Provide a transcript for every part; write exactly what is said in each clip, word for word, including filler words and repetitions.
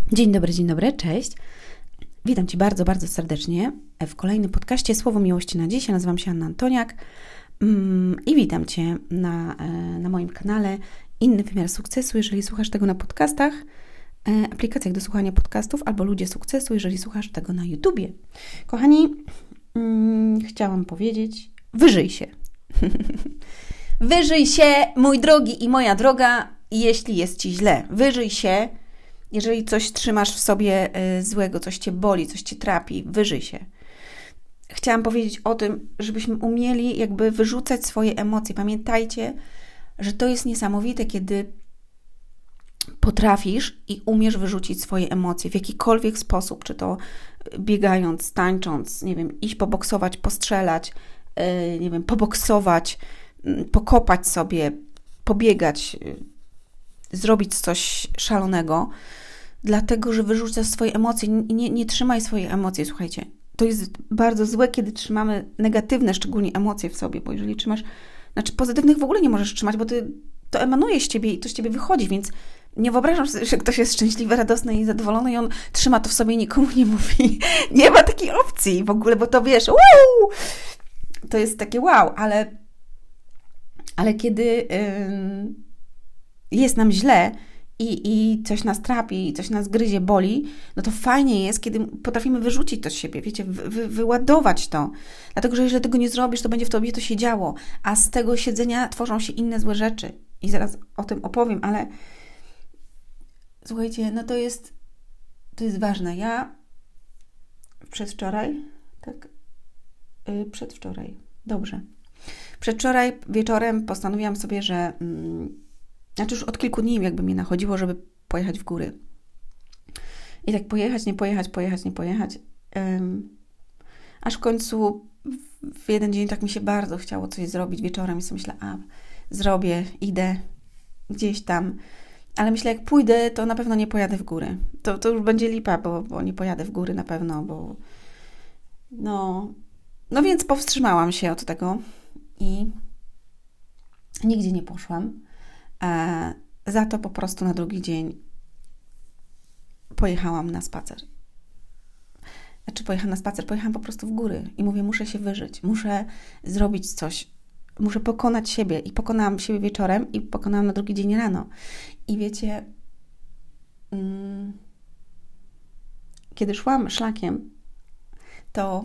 Dzień dobry, dzień dobry, cześć. Witam Cię bardzo, bardzo serdecznie w kolejnym podcaście Słowo Miłości na dziś. Ja nazywam się Anna Antoniak i witam Cię na, na moim kanale Inny Wymiar Sukcesu, jeżeli słuchasz tego na podcastach, aplikacjach do słuchania podcastów, albo Ludzie Sukcesu, jeżeli słuchasz tego na YouTubie. Kochani, hmm, chciałam powiedzieć, wyżyj się. Wyżyj się, mój drogi i moja droga, jeśli jest Ci źle. Wyżyj się. Jeżeli coś trzymasz w sobie złego, coś Cię boli, coś Cię trapi, wyżyj się. Chciałam powiedzieć o tym, żebyśmy umieli jakby wyrzucać swoje emocje. Pamiętajcie, że to jest niesamowite, kiedy potrafisz i umiesz wyrzucić swoje emocje w jakikolwiek sposób, czy to biegając, tańcząc, nie wiem, iść poboksować, postrzelać, nie wiem, poboksować, pokopać sobie, pobiegać, zrobić coś szalonego, dlatego, że wyrzucasz swoje emocje. Nie, nie trzymaj swoich emocji, słuchajcie. To jest bardzo złe, kiedy trzymamy negatywne, szczególnie emocje w sobie, bo jeżeli trzymasz, znaczy pozytywnych w ogóle nie możesz trzymać, bo ty, to emanuje z Ciebie i to z Ciebie wychodzi, więc nie wyobrażam sobie, że ktoś jest szczęśliwy, radosny i zadowolony i on trzyma to w sobie i nikomu nie mówi. Nie ma takiej opcji w ogóle, bo to wiesz, wow! To jest takie wow, ale, ale kiedy yy, jest nam źle, I, i coś nas trapi, i coś nas gryzie, boli, no to fajnie jest, kiedy potrafimy wyrzucić to z siebie, wiecie, wy, wy, wyładować to. Dlatego, że jeżeli tego nie zrobisz, to będzie w tobie to się działo, a z tego siedzenia tworzą się inne złe rzeczy. I zaraz o tym opowiem, ale słuchajcie, no to jest, to jest ważne. Ja przedwczoraj, tak, yy, przedwczoraj, dobrze. Przedwczoraj wieczorem postanowiłam sobie, że... Yy, Znaczy już od kilku dni jakby mnie nachodziło, żeby pojechać w góry. I tak pojechać, nie pojechać, pojechać, nie pojechać. Um, aż w końcu w jeden dzień tak mi się bardzo chciało coś zrobić wieczorem i sobie myślę, a zrobię, idę gdzieś tam. Ale myślę, jak pójdę, to na pewno nie pojadę w góry. To, to już będzie lipa, bo, bo nie pojadę w góry na pewno, bo no... No więc powstrzymałam się od tego i nigdzie nie poszłam. E, za to po prostu na drugi dzień pojechałam na spacer. Znaczy pojechałam na spacer, pojechałam po prostu w góry i mówię, muszę się wyżyć, muszę zrobić coś, muszę pokonać siebie i pokonałam siebie wieczorem i pokonałam na drugi dzień rano. I wiecie, mm, kiedy szłam szlakiem, to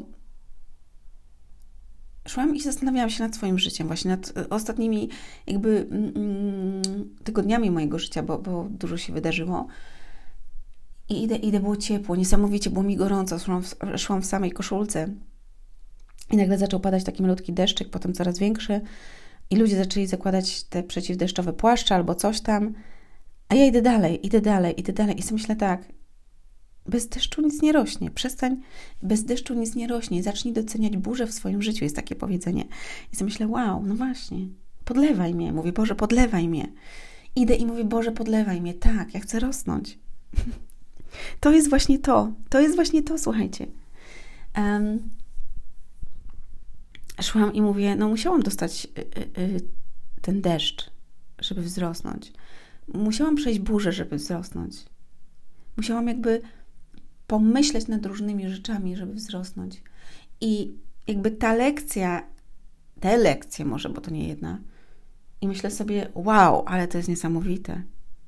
szłam i zastanawiałam się nad swoim życiem, właśnie nad ostatnimi jakby mm, tygodniami mojego życia, bo, bo dużo się wydarzyło. I idę, idę, było ciepło, niesamowicie było mi gorąco, szłam w, szłam w samej koszulce i nagle zaczął padać taki malutki deszczyk, potem coraz większy i ludzie zaczęli zakładać te przeciwdeszczowe płaszcze albo coś tam, a ja idę dalej, idę dalej, idę dalej i sobie myślę tak, bez deszczu nic nie rośnie. Przestań, bez deszczu nic nie rośnie. Zacznij doceniać burzę w swoim życiu. Jest takie powiedzenie. I sobie myślę, wow, no właśnie, podlewaj mnie. Mówię, Boże, podlewaj mnie. Idę i mówię, Boże, podlewaj mnie. Tak, ja chcę rosnąć. To jest właśnie to. To jest właśnie to, słuchajcie. Um, szłam i mówię, no musiałam dostać y, y, ten deszcz, żeby wzrosnąć. Musiałam przejść burzę, żeby wzrosnąć. Musiałam jakby pomyśleć nad różnymi rzeczami, żeby wzrosnąć. I jakby ta lekcja, te lekcje może, bo to nie jedna, i myślę sobie, wow, ale to jest niesamowite.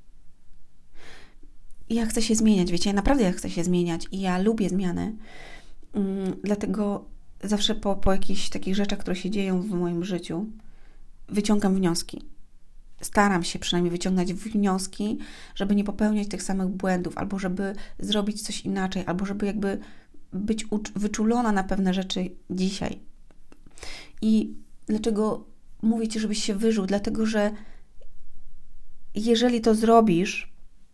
I ja chcę się zmieniać, wiecie, ja naprawdę ja chcę się zmieniać i ja lubię zmiany, um, dlatego zawsze po, po jakichś takich rzeczach, które się dzieją w moim życiu, wyciągam wnioski. Staram się przynajmniej wyciągnąć wnioski, żeby nie popełniać tych samych błędów, albo żeby zrobić coś inaczej, albo żeby jakby być wyczulona na pewne rzeczy dzisiaj. I dlaczego mówię Ci, żebyś się wyżył? Dlatego, że jeżeli to zrobisz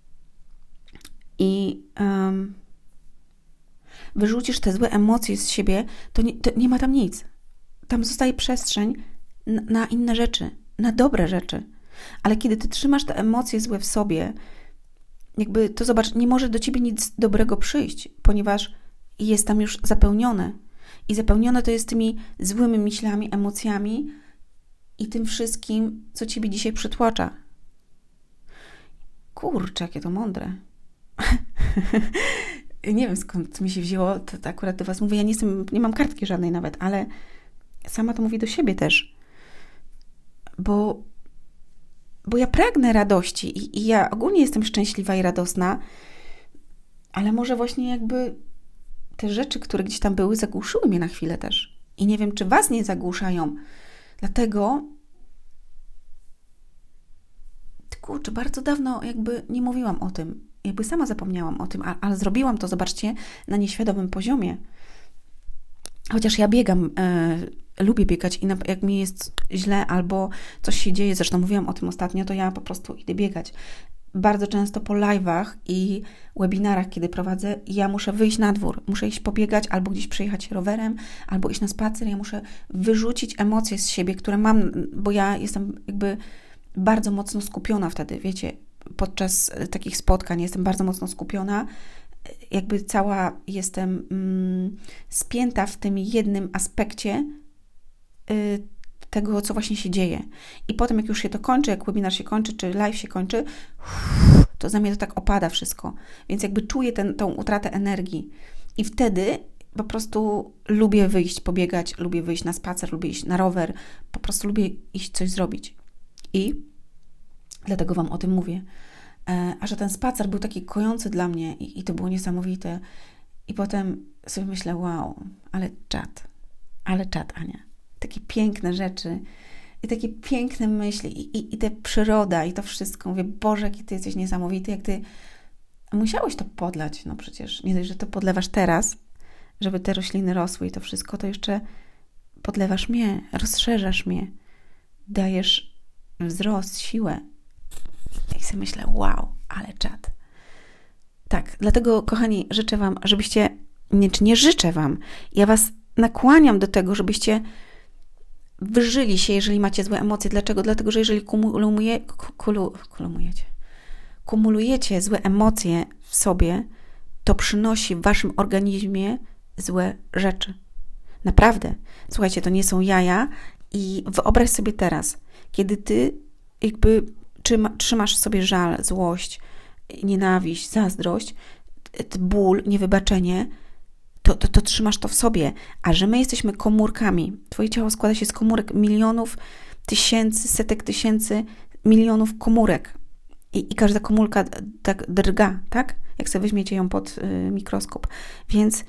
i um, wyrzucisz te złe emocje z siebie, to nie, to nie ma tam nic. Tam zostaje przestrzeń na, na inne rzeczy, na dobre rzeczy. Ale kiedy ty trzymasz te emocje złe w sobie, jakby to zobacz, nie może do ciebie nic dobrego przyjść, ponieważ jest tam już zapełnione. I zapełnione to jest tymi złymi myślami, emocjami i tym wszystkim, co ciebie dzisiaj przytłacza. Kurczę, jakie to mądre. Nie wiem, skąd mi się wzięło, to, to akurat do Was mówię, ja nie jestem, nie mam kartki żadnej nawet, ale sama to mówię do siebie też, bo, bo ja pragnę radości i, i ja ogólnie jestem szczęśliwa i radosna, ale może właśnie jakby te rzeczy, które gdzieś tam były, zagłuszyły mnie na chwilę też. I nie wiem, czy Was nie zagłuszają. Dlatego kurczę, bardzo dawno jakby nie mówiłam o tym. Jakby sama zapomniałam o tym, ale zrobiłam to, zobaczcie, na nieświadomym poziomie. Chociaż ja biegam, e, lubię biegać i na, jak mi jest źle albo coś się dzieje, zresztą mówiłam o tym ostatnio, to ja po prostu idę biegać. Bardzo często po live'ach i webinarach, kiedy prowadzę, ja muszę wyjść na dwór, muszę iść pobiegać albo gdzieś przejechać rowerem, albo iść na spacer, ja muszę wyrzucić emocje z siebie, które mam, bo ja jestem jakby bardzo mocno skupiona wtedy, wiecie, podczas takich spotkań jestem bardzo mocno skupiona, jakby cała jestem mm, spięta w tym jednym aspekcie y, tego, co właśnie się dzieje. I potem, jak już się to kończy, jak webinar się kończy, czy live się kończy, to za mnie to tak opada wszystko. Więc jakby czuję ten, tą utratę energii. I wtedy po prostu lubię wyjść, pobiegać, lubię wyjść na spacer, lubię iść na rower, po prostu lubię iść coś zrobić. I dlatego Wam o tym mówię. E, a że ten spacer był taki kojący dla mnie i, i to było niesamowite. I potem sobie myślę, wow, ale czad, ale czad, Ania. Takie piękne rzeczy i takie piękne myśli i, i, i ta przyroda i to wszystko. Mówię, Boże, jaki Ty jesteś niesamowity, jak Ty musiałeś to podlać. No przecież nie dość, że to podlewasz teraz, żeby te rośliny rosły i to wszystko, to jeszcze podlewasz mnie, rozszerzasz mnie, dajesz wzrost, siłę. I sobie myślę, wow, ale czad. Tak, dlatego, kochani, życzę Wam, żebyście, nie, czy nie życzę Wam, ja Was nakłaniam do tego, żebyście wyżyli się, jeżeli macie złe emocje. Dlaczego? Dlatego, że jeżeli kumuluje, kulu, kumulujecie, kumulujecie złe emocje w sobie, to przynosi w Waszym organizmie złe rzeczy. Naprawdę. Słuchajcie, to nie są jaja i wyobraź sobie teraz, kiedy Ty jakby trzymasz w sobie żal, złość, nienawiść, zazdrość, ból, niewybaczenie, to, to, to trzymasz to w sobie. A że my jesteśmy komórkami. Twoje ciało składa się z komórek milionów, tysięcy, setek tysięcy, milionów komórek. I, i każda komórka tak drga, tak? Jak sobie weźmiecie ją pod y, mikroskop. Więc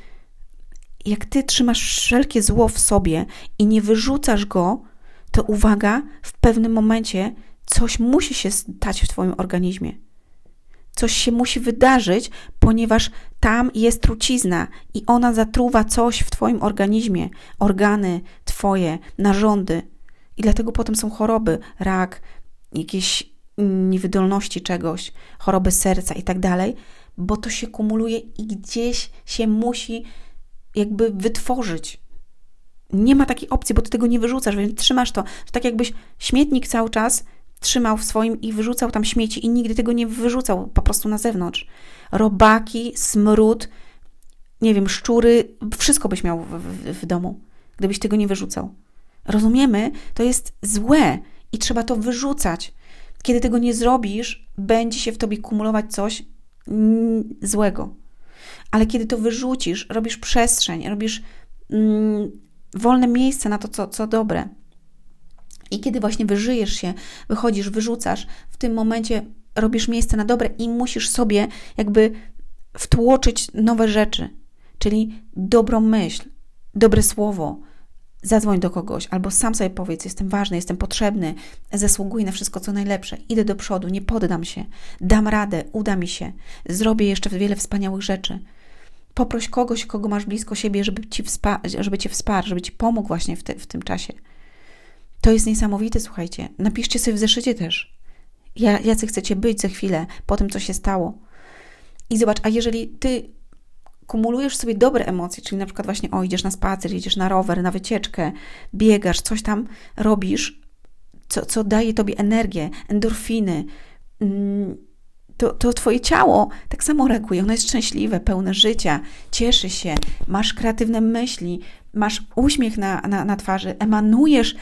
jak Ty trzymasz wszelkie zło w sobie i nie wyrzucasz go, to uwaga, w pewnym momencie coś musi się stać w Twoim organizmie. Coś się musi wydarzyć, ponieważ tam jest trucizna i ona zatruwa coś w Twoim organizmie, organy Twoje, narządy. I dlatego potem są choroby, rak, jakieś niewydolności czegoś, choroby serca i tak dalej, bo to się kumuluje i gdzieś się musi jakby wytworzyć. Nie ma takiej opcji, bo Ty tego nie wyrzucasz, więc trzymasz to. To tak jakbyś śmietnik cały czas trzymał w swoim i wyrzucał tam śmieci i nigdy tego nie wyrzucał po prostu na zewnątrz. Robaki, smród, nie wiem, szczury, wszystko byś miał w, w, w domu, gdybyś tego nie wyrzucał. Rozumiemy? To jest złe i trzeba to wyrzucać. Kiedy tego nie zrobisz, będzie się w tobie kumulować coś mm, złego. Ale kiedy to wyrzucisz, robisz przestrzeń, robisz mm, wolne miejsce na to, co, co dobre. I kiedy właśnie wyżyjesz się, wychodzisz, wyrzucasz, w tym momencie robisz miejsce na dobre i musisz sobie jakby wtłoczyć nowe rzeczy. Czyli dobrą myśl, dobre słowo, zadzwoń do kogoś, albo sam sobie powiedz, jestem ważny, jestem potrzebny, zasługuję na wszystko, co najlepsze, idę do przodu, nie poddam się, dam radę, uda mi się, zrobię jeszcze wiele wspaniałych rzeczy. Poproś kogoś, kogo masz blisko siebie, żeby, ci wspa- żeby Cię wsparł, żeby Ci pomógł właśnie w, te, w tym czasie. To jest niesamowite, słuchajcie. Napiszcie sobie w zeszycie też, ja, jacy chcecie być za chwilę, po tym, co się stało. I zobacz, a jeżeli Ty kumulujesz sobie dobre emocje, czyli na przykład właśnie o, idziesz na spacer, jedziesz na rower, na wycieczkę, biegasz, coś tam robisz, co, co daje Tobie energię, endorfiny, to, to Twoje ciało tak samo reaguje. Ono jest szczęśliwe, pełne życia, cieszy się, masz kreatywne myśli, masz uśmiech na, na, na twarzy, emanujesz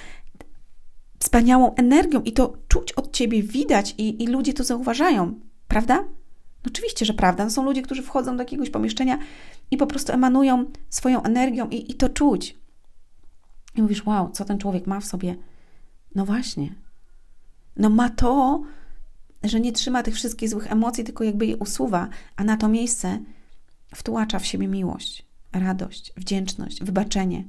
wspaniałą energią i to czuć od Ciebie, widać i, i ludzie to zauważają, prawda? No oczywiście, że prawda. No są ludzie, którzy wchodzą do jakiegoś pomieszczenia i po prostu emanują swoją energią i, i to czuć. I mówisz, wow, co ten człowiek ma w sobie? No właśnie. No ma to, że nie trzyma tych wszystkich złych emocji, tylko jakby je usuwa, a na to miejsce wtłacza w siebie miłość, radość, wdzięczność, wybaczenie.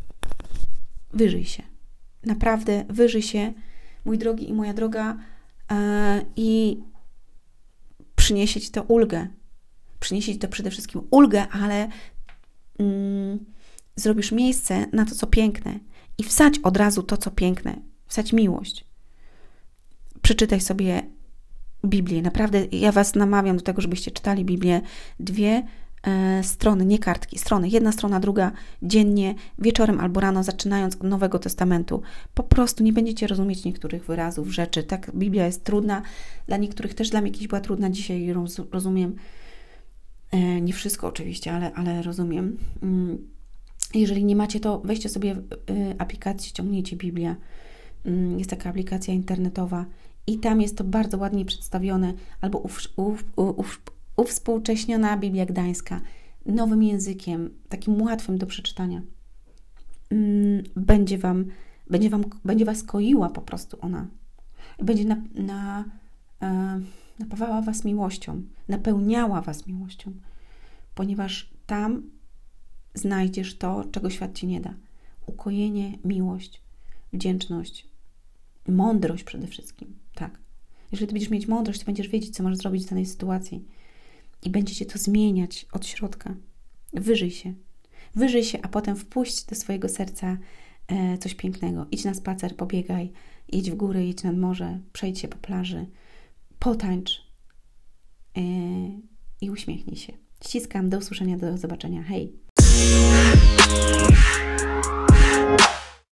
Wyżyj się. Naprawdę wyżyj się, mój drogi i moja droga, yy, i przyniesie Ci to ulgę. Przyniesie Ci to przede wszystkim ulgę, ale yy, zrobisz miejsce na to, co piękne i wsadź od razu to, co piękne. Wsadź miłość. Przeczytaj sobie Biblię. Naprawdę ja Was namawiam do tego, żebyście czytali Biblię. Dwie e, strony, nie kartki, strony. Jedna strona, druga dziennie, wieczorem albo rano, zaczynając od Nowego Testamentu. Po prostu nie będziecie rozumieć niektórych wyrazów, rzeczy. Tak, Biblia jest trudna. Dla niektórych też dla mnie kiedyś była trudna. Dzisiaj roz, rozumiem. E, nie wszystko oczywiście, ale, ale rozumiem. Mm. Jeżeli nie macie, to weźcie sobie aplikację, ściągnijcie Biblię. Jest taka aplikacja internetowa i tam jest to bardzo ładnie przedstawione, albo uw, uw, uw, uwspółcześniona Biblia Gdańska, nowym językiem, takim łatwym do przeczytania. Będzie wam, będzie wam, będzie was koiła po prostu ona. Będzie na, na, e, napawała was miłością, napełniała was miłością, ponieważ tam znajdziesz to, czego świat Ci nie da. Ukojenie, miłość, wdzięczność, mądrość przede wszystkim. Tak. Jeżeli Ty będziesz mieć mądrość, to będziesz wiedzieć, co możesz zrobić w danej sytuacji. I będziecie to zmieniać od środka. Wyżyj się. Wyżyj się, a potem wpuść do swojego serca e, coś pięknego. Idź na spacer, pobiegaj, idź w góry, idź nad morze, przejdź się po plaży, potańcz e, i uśmiechnij się. Ściskam, do usłyszenia, do zobaczenia. Hej!